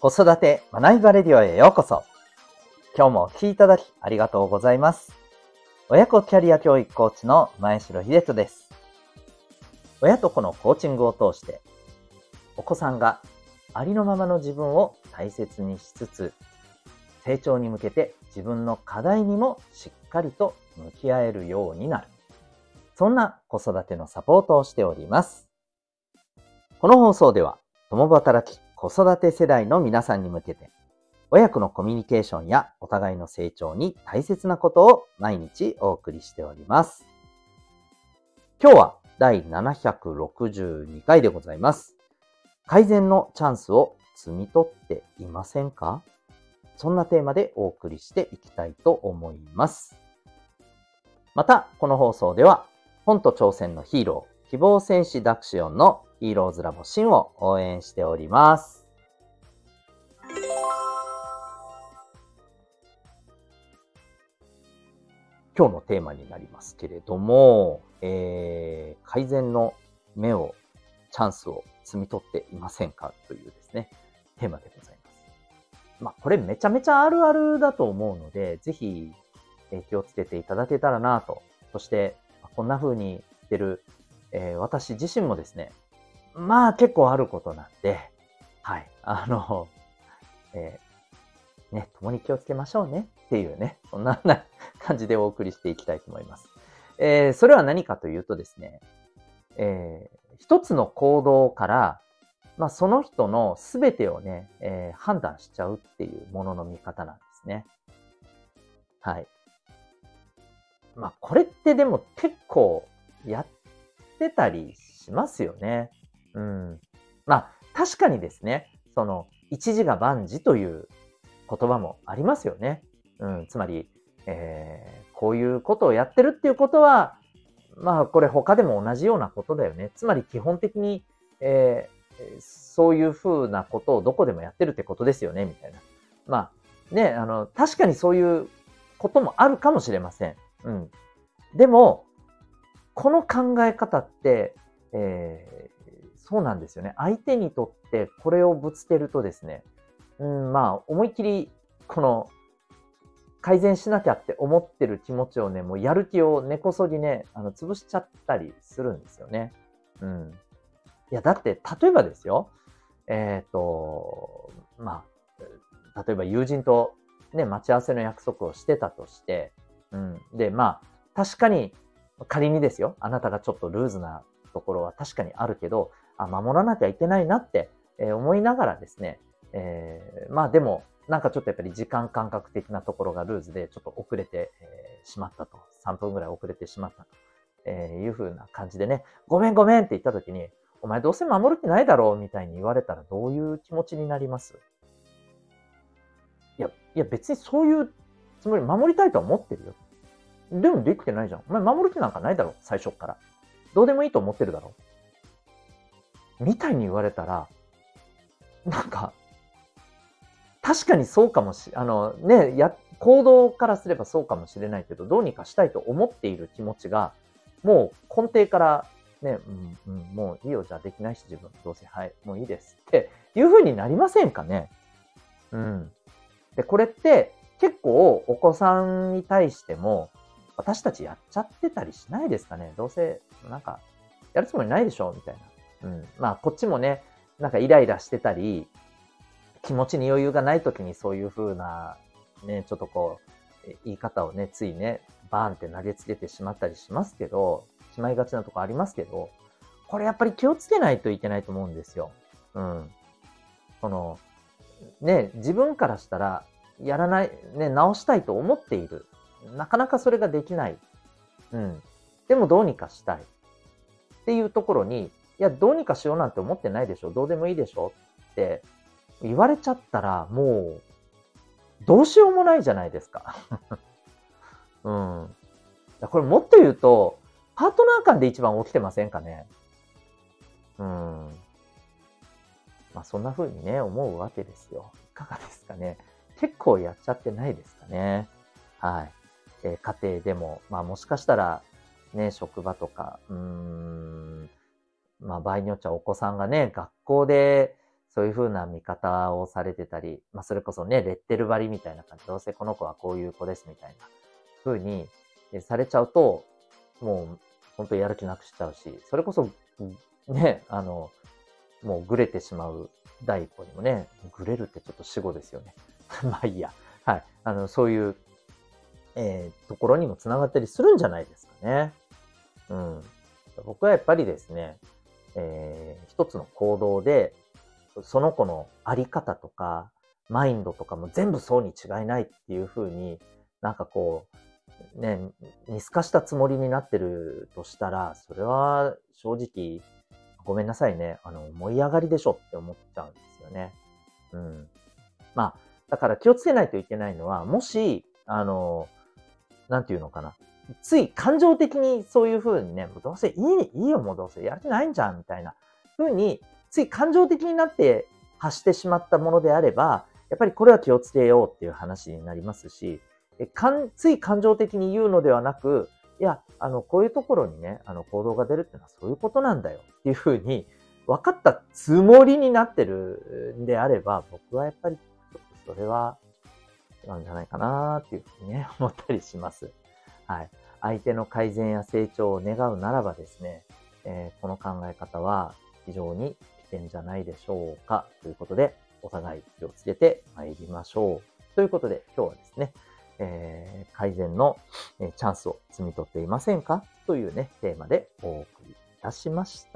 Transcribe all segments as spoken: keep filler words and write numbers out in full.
子育て学びバレディオへようこそ。今日もお聞きいただきありがとうございます。親子キャリア教育コーチの前城秀人です。親と子のコーチングを通して、お子さんがありのままの自分を大切にしつつ、成長に向けて自分の課題にもしっかりと向き合えるようになる。そんな子育てのサポートをしております。この放送では、共働き子育て世代の皆さんに向けて、親子のコミュニケーションやお互いの成長に大切なことを毎日お送りしております。今日はだいななひゃくろくじゅうにかいでございます。改善のチャンスを摘み取っていませんか？そんなテーマでお送りしていきたいと思います。また、この放送では、本と挑戦のヒーロー、希望戦士ダクシオンのヒーローズラボシンを応援しております。今日のテーマになりますけれども、えー、改善の芽を、チャンスを摘み取っていませんかというですね、テーマでございます。まあ、これめちゃめちゃあるあるだと思うので、ぜひ気をつけていただけたらなと。そして、こんな風に言ってる、えー、私自身もですね、まあ結構あることなんで、はい、あの、えー、ね、共に気をつけましょうねっていうね、そんな感じでお送りしていきたいと思います。えー、それは何かというとですね、えー、一つの行動から、まあその人のすべてをね、えー、判断しちゃうっていうものの見方なんですね。はい。まあこれってでも結構やってたりしますよね。うん。まあ、確かにですね、その、一時が万事という言葉もありますよね。うん、つまり、えー、こういうことをやってるっていうことは、まあ、これ他でも同じようなことだよね。つまり基本的に、えー、そういうふうなことをどこでもやってるってことですよね、みたいな。まあ、ね、あの、確かにそういうこともあるかもしれません。うん。でも、この考え方って、えーそうなんですよね。相手にとってこれをぶつけるとですね、うん、まあ、思いっきり、この、改善しなきゃって思ってる気持ちをね、もうやる気を根こそぎね、あの、潰しちゃったりするんですよね。うん。いや、だって、例えばですよ、えっと、まあ、例えば友人とね、待ち合わせの約束をしてたとして、うん。で、まあ、確かに、仮にですよ、あなたがちょっとルーズなところは確かにあるけど、あ、守らなきゃいけないなって、えー思いながらですね、えーまあでも、なんかちょっとやっぱり時間感覚的なところがルーズでちょっと遅れて、えーしまったと。さんぷんぐらい遅れてしまったと、えーいう風な感じでね、ごめんごめんって言った時に、お前どうせ守る気ないだろうみたいに言われたらどういう気持ちになります？いや、いや別にそういうつもり、守りたいとは思ってるよ。でもできてないじゃん。お前守る気なんかないだろ、最初っから。どうでもいいと思ってるだろ。みたいに言われたら、なんか、確かにそうかもし、あのね、や、行動からすればそうかもしれないけど、どうにかしたいと思っている気持ちが、もう根底からね、うん、うん、もういいよ、じゃあできないし自分、どうせ、はい、もういいですっていう風になりませんかね。うん。で、これって結構お子さんに対しても、私たちやっちゃってたりしないですかね。どうせ、なんか、やるつもりないでしょみたいな。うん。まあ、こっちもね、なんかイライラしてたり、気持ちに余裕がない時にそういう風な、ね、ちょっとこう、言い方をね、ついね、バーンって投げつけてしまったりしますけど、しまいがちなとこありますけど、これやっぱり気をつけないといけないと思うんですよ。うん。その、ね、自分からしたら、やらない、ね、直したいと思っている。なかなかそれができない。うん。でもどうにかしたい。っていうところに、いや、どうにかしようなんて思ってないでしょ。どうでもいいでしょって言われちゃったら、もう、どうしようもないじゃないですか。うん。これもっと言うと、パートナー間で一番起きてませんかね。うん。まあそんな風にね、思うわけですよ。いかがですかね。結構やっちゃってないですかね。はい。えー家庭でも、まあもしかしたら、ね、職場とか、うーん、まあ場合によっちゃお子さんがね、学校で、 そういう風な見方をされてたり、まあ、それこそね、レッテル張りみたいな感じ、どうせこの子はこういう子ですみたいな風にえされちゃうと、もう本当にやる気なくしちゃうし、それこそ、ね、あの、もうぐれてしまう第一歩にもね、ぐれるってちょっと死語ですよね。まあいいや。はい。あの、そういう、えーところにもつながったりするんじゃないですかね。うん。僕はやっぱりですね、えー一つの行動で、その子のあり方とか、マインドとかも全部そうに違いないっていう風に、なんかこう、ね、見透かしたつもりになってるとしたら、それは正直、ごめんなさいね。あの、思い上がりでしょって思っちゃうんですよね。うん。まあ、だから気をつけないといけないのは、もし、あの、なんていうのかな。つい感情的にそういう風にね、もうどうせいい、いいよ、もうどうせやる気ないんじゃん、みたいな風に、つい感情的になって発してしまったものであれば、やっぱりこれは気をつけようっていう話になりますし、えかんつい感情的に言うのではなく、いや、あの、こういうところにね、あの、行動が出るっていうのはそういうことなんだよっていう風に、分かったつもりになってるんであれば、僕はやっぱり、ちょっとそれは、なんじゃないかなっていうふうにね、思ったりします。はい。相手の改善や成長を願うならばですね、えーこの考え方は非常に危険じゃないでしょうかということで、お互い気をつけて参りましょう。ということで、今日はですね、えー改善のえーチャンスを摘み取っていませんかというね、テーマでお送りいたしました。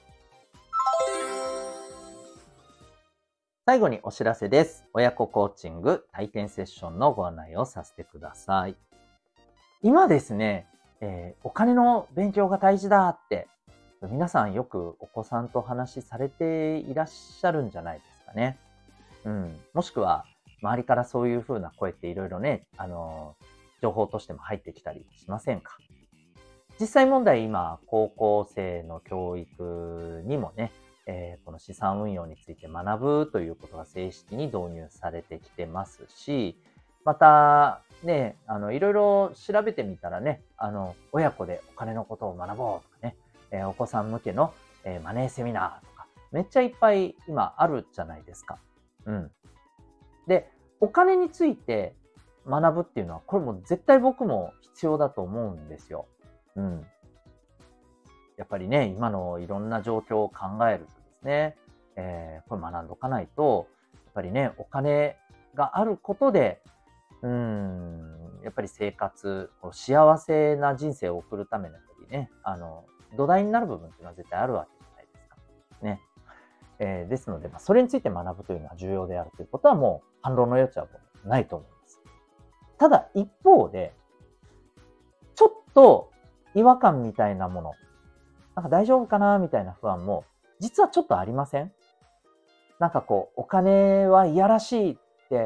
最後にお知らせです。親子コーチング体験セッションのご案内をさせてください。今ですね、えーお金の勉強が大事だって、皆さんよくお子さんと話しされていらっしゃるんじゃないですかね。うん。もしくは、周りからそういう風な声っていろいろね、あのー情報としても入ってきたりしませんか？実際問題、今、高校生の教育にもね、えーこの資産運用について学ぶということが正式に導入されてきてますし、また、ね、あの、いろいろ調べてみたらね、あの、親子でお金のことを学ぼうとかね、えーお子さん向けの、えーマネーセミナーとか、めっちゃいっぱい今あるじゃないですか。うん。で、お金について学ぶっていうのは、これもう絶対僕も必要だと思うんですよ。うん。やっぱりね、今のいろんな状況を考えるとですね、えーこれ学んどかないと、やっぱりね、お金があることで、うーん、やっぱり生活、こう幸せな人生を送るためのやっぱりね、あの、土台になる部分っていうのは絶対あるわけじゃないですか。ね。えーですので、まあ、それについて学ぶというのは重要であるということはもう反論の余地はもうないと思います。ただ一方で、ちょっと違和感みたいなもの、なんか大丈夫かなみたいな不安も、実はちょっとありません？なんかこう、お金はいやらしいって、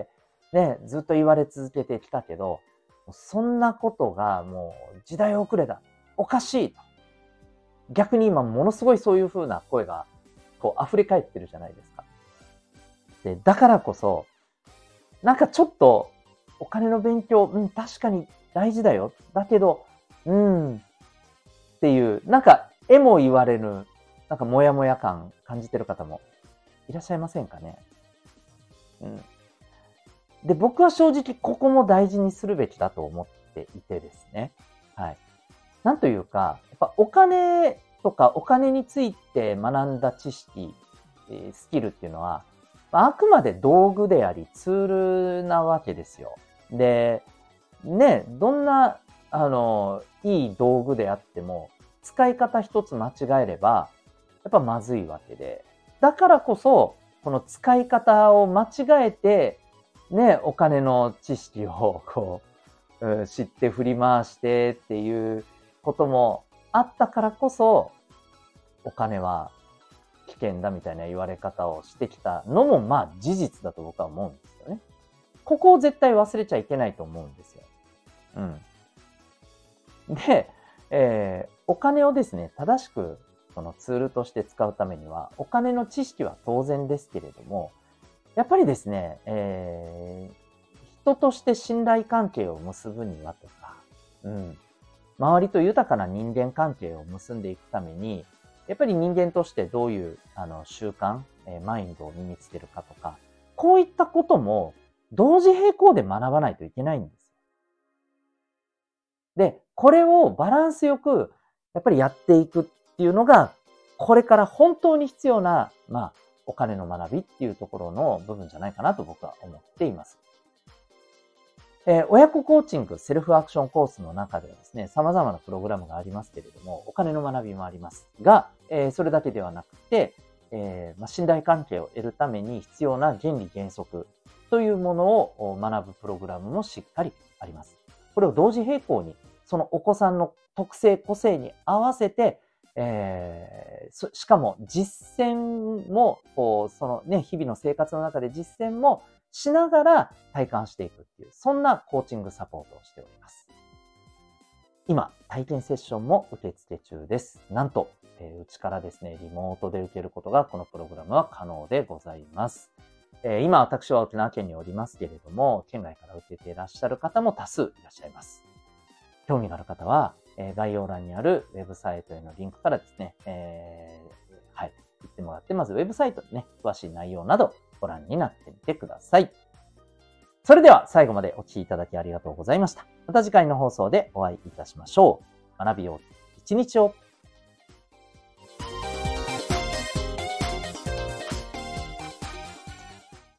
ね、ずっと言われ続けてきたけど、そんなことがもう時代遅れだ。おかしいと。逆に今ものすごいそういう風な声が、こう溢れ返ってるじゃないですか。で、だからこそ、なんかちょっと、お金の勉強、うん、確かに大事だよ。だけど、うん、っていう、なんか、えも言われる、なんかモヤモヤ感感じてる方もいらっしゃいませんかね。うん。で、僕は正直ここも大事にするべきだと思っていてですね。はい。なんというか、やっぱお金とかお金について学んだ知識、えースキルっていうのは、まああくまで道具でありツールなわけですよ。で、ね、どんな、あの、いい道具であっても、使い方一つ間違えれば、やっぱまずいわけで。だからこそ、この使い方を間違えて、ね、お金の知識をこう、うん知って振り回してっていうこともあったからこそ、お金は危険だみたいな言われ方をしてきたのも、まあ事実だと僕は思うんですよね。ここを絶対忘れちゃいけないと思うんですよ。うん。で、えーお金をですね、正しくそのツールとして使うためには、お金の知識は当然ですけれども、やっぱりですね、えー人として信頼関係を結ぶにはとか、うん、周りと豊かな人間関係を結んでいくために、やっぱり人間としてどういうあの習慣、 えーマインドを身につけるかとか、こういったことも同時並行で学ばないといけないんですよ。で、これをバランスよく、やっぱりやっていくっていうのが、これから本当に必要な、まあ、お金の学びっていうところの部分じゃないかなと僕は思っています。えー親子コーチング、セルフアクションコースの中ではですね、様々なプログラムがありますけれども、お金の学びもありますが、えーそれだけではなくて、えーまあ、信頼関係を得るために必要な原理原則というものを学ぶプログラムもしっかりあります。これを同時並行に、そのお子さんの特性、個性に合わせて、えーしかも実践も、こう、そのね、日々の生活の中で実践もしながら体感していくっていう、そんなコーチングサポートをしております。今、体験セッションも受付中です。なんと、えーうちからですね、リモートで受けることがこのプログラムは可能でございます。えー今、私は沖縄県におりますけれども、県外から受けていらっしゃる方も多数いらっしゃいます。興味がある方は、えー概要欄にあるウェブサイトへのリンクからですね、えーはい、行ってもらって、まずウェブサイトでね、詳しい内容などご覧になってみてください。それでは最後までお聞きいただきありがとうございました。また次回の放送でお会いいたしましょう。学びよう一日を。